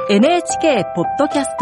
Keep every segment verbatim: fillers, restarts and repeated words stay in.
エヌエイチケー ポッドキャスト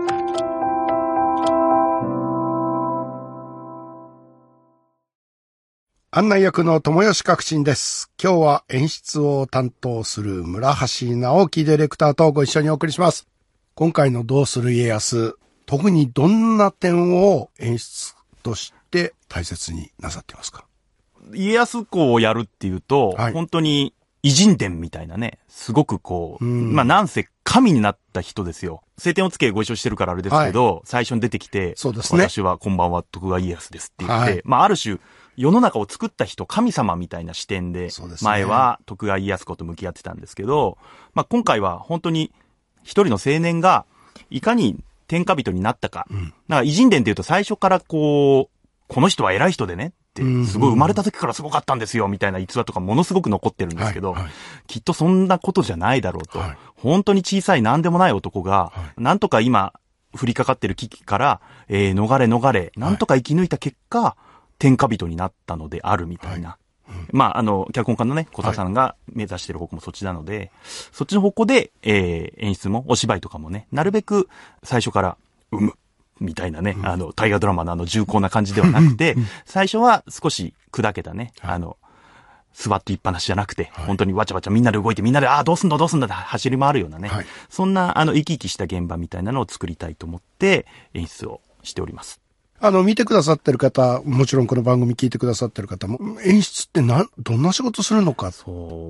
案内役の友吉革新です。今日は演出を担当する村橋直樹ディレクターとご一緒にお送りします。今回のどうする家康、特にどんな点を演出として大切になさっていますか？ 家康公をやるっていうと、はい、本当に偉人伝みたいなね、すごくこう、うん、まあなんせ神になった人ですよ。青天をつけご一緒してるからあれですけど、はい、最初に出てきて、 そうですね、 私はこんばんは徳川家康ですって言って、はい、まあある種世の中を作った人、神様みたいな視点で、前は徳川家康公と向き合ってたんですけど、まあ今回は本当に一人の青年がいかに天下人になったか。うん、だから偉人伝っていうと最初からこう、この人は偉い人でねって、すごい生まれた時からすごかったんですよみたいな逸話とかものすごく残ってるんですけど、はいはい、きっとそんなことじゃないだろうと。はい、本当に小さい何でもない男が、はい、なんとか今降りかかってる危機から、えー、逃れ逃れ、なんとか生き抜いた結果、はい、天下人になったのであるみたいな。はい、うん、まあ、あの、脚本家のね、小田さんが目指してる方向もそっちなので、はい、そっちの方向で、えー、演出もお芝居とかもね、なるべく最初から生む。みたいなね、うん、あの、大河ドラマのあの重厚な感じではなくて、最初は少し砕けたね、はい、あの、座っていっぱなしじゃなくて、はい、本当にわちゃわちゃみんなで動いてみんなで、ああ、どうすんだどうすんだって走り回るようなね、はい、そんなあの、生き生きした現場みたいなのを作りたいと思って演出をしております。 あの、見てくださってる方、もちろんこの番組聞いてくださってる方も、演出ってな、どんな仕事するのか。 そう、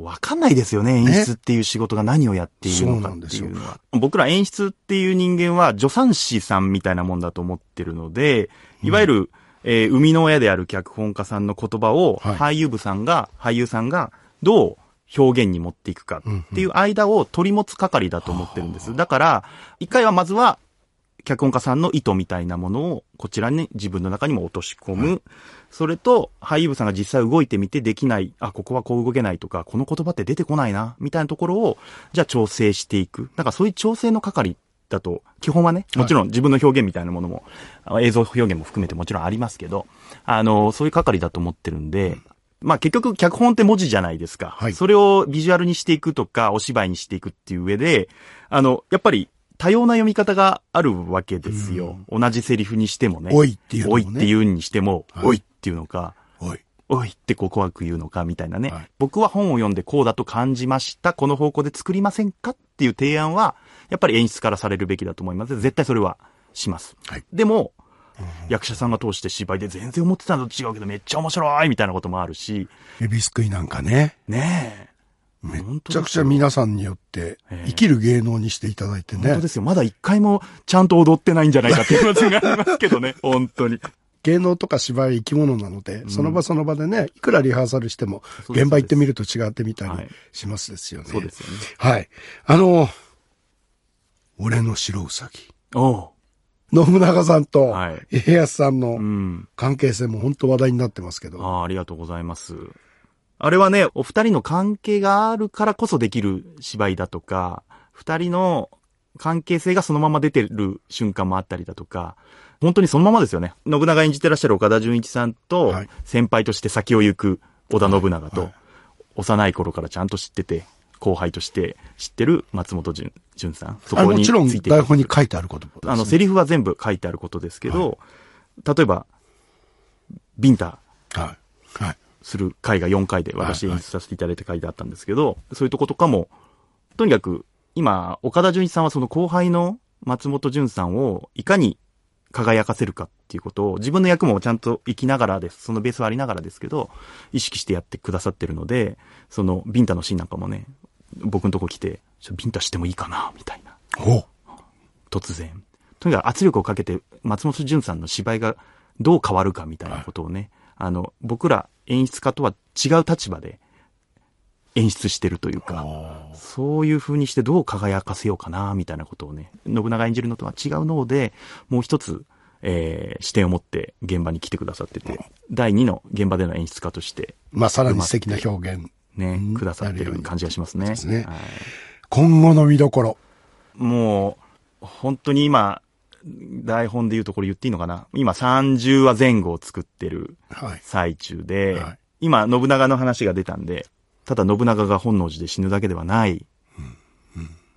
わかんないですよね。演出っていう仕事が何をやっているのかっていうのは。僕ら演出っていう人間は助産師さんみたいなもんだと思ってるので、いわゆる、うん、えー、生みの親である脚本家さんの言葉を、俳優部さんが、俳優さんがどう表現に持っていくかっていう間を取り持つ係だと思ってるんです。だから、一回はまずは、脚本家さんの意図みたいなものをこちらに自分の中にも落とし込む。はい、それと俳優部さんが実際動いてみてできない、あ、ここはこう動けないとか、この言葉って出てこないな、みたいなところを、じゃあ調整していく。だからそういう調整の係だと、基本はね、もちろん自分の表現みたいなものも、はい、映像表現も含めてもちろんありますけど、あの、そういう係だと思ってるんで、うん、まあ結局脚本って文字じゃないですか。はい、それをビジュアルにしていくとか、お芝居にしていくっていう上で、あの、やっぱり、多様な読み方があるわけですよ。うん、同じセリフにしてもね。 おいっていうのもね。 おいっていうにしても、はい、おいっていうのか、 おい。 おいってこう怖く言うのかみたいなね、はい。僕は本を読んでこうだと感じました。この方向で作りませんかっていう提案は、やっぱり演出からされるべきだと思います。絶対それはします。はい、でも、うん、役者さんが通して芝居で全然思ってたのと違うけどめっちゃ面白いみたいなこともあるし。 エビすくいなんかね。 ねえ。 めっちゃくちゃ皆さんによって生きる芸能にしていただいてね。 本当ですよ。まだ一回もちゃんと踊ってないんじゃないかっていう話がありますけどね。本当に。 芸能とか芝居生き物なので、うん、その場その場でね、いくらリハーサルしても現場行ってみると違ってみたりしますですよね。 そうですよね。 はい。あの、俺の白うさぎ。 おう。 信長さんと家康さんの関係性も本当話題になってますけど。 ああ、ありがとうございます。あれはね、お二人の関係があるからこそできる芝居だとか、二人の関係性がそのまま出てる瞬間もあったりだとか、本当にそのままですよね。信長演じてらっしゃる岡田准一さんと、はい、先輩として先を行く織田信長と、はいはい、幼い頃からちゃんと知ってて、後輩として知ってる松本潤、潤さん。 そこにもちろん台本に書いてあることです、ね。 あの、セリフは全部書いてあることですけど、はい、例えば、ビンタ。 はい。はい。 する回がよんかいで私演出させていただいた回であったんですけど、はいはい、そういうとことかも、とにかく今、岡田准一さんはその後輩の松本潤さんをいかに輝かせるかっていうことを自分の役もちゃんと生きながらです。そのベースはありながらですけど、意識してやってくださってるので、そのビンタのシーンなんかもね、僕のとこ来て、ちょビンタしてもいいかなみたいな。 お突然。とにかく圧力をかけて松本潤さんの芝居がどう変わるかみたいなことをね、はい、あの、僕ら演出家とは違う立場で演出してるというか、そういう風にしてどう輝かせようかな、みたいなことをね、信長演じるのとは違うので、もう一つ、えー、視点を持って現場に来てくださってて、だいにの現場での演出家として、 まあ、さらに素敵な表現。 ね、くださってる感じがしますね。 ですね。はい、今後の見どころ。 もう、本当に今、台本で言うとこれ言っていいのかな、今さんじゅうわぜんごを作ってる最中で、はいはい、今信長の話が出たんで、ただ信長が本能寺で死ぬだけではない、うんうん、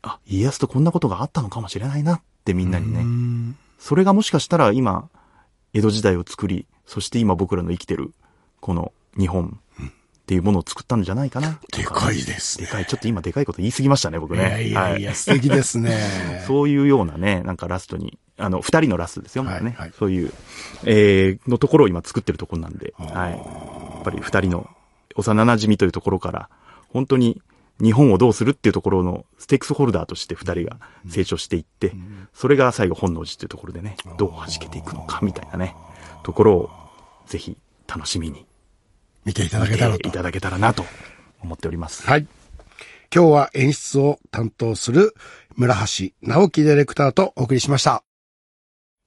あ、家康とこんなことがあったのかもしれないなってみんなにね。それがもしかしたら今、江戸時代を作り、そして今僕らの生きてる、この日本っていうものを作ったんじゃないかな。 でかいですね。 でかい。ちょっと今でかいこと言い過ぎましたね、僕ね。 いやいやいや、はい、素敵ですね。 そういうようなね、なんかラストに、あの、二人のラストですよ、まだね、 はいはい。 そういう、えー、のところを今作ってるところなんで、はい。やっぱり二人の幼馴染というところから、本当に日本をどうするっていうところのステークスホルダーとして二人が成長していって、うん、それが最後本能寺というところでね、どう弾けていくのかみたいなね、ところをぜひ楽しみに見ていただけたらと。 いただけたらなと思っております。 はい。今日は演出を担当する村橋直樹ディレクターとお送りしました。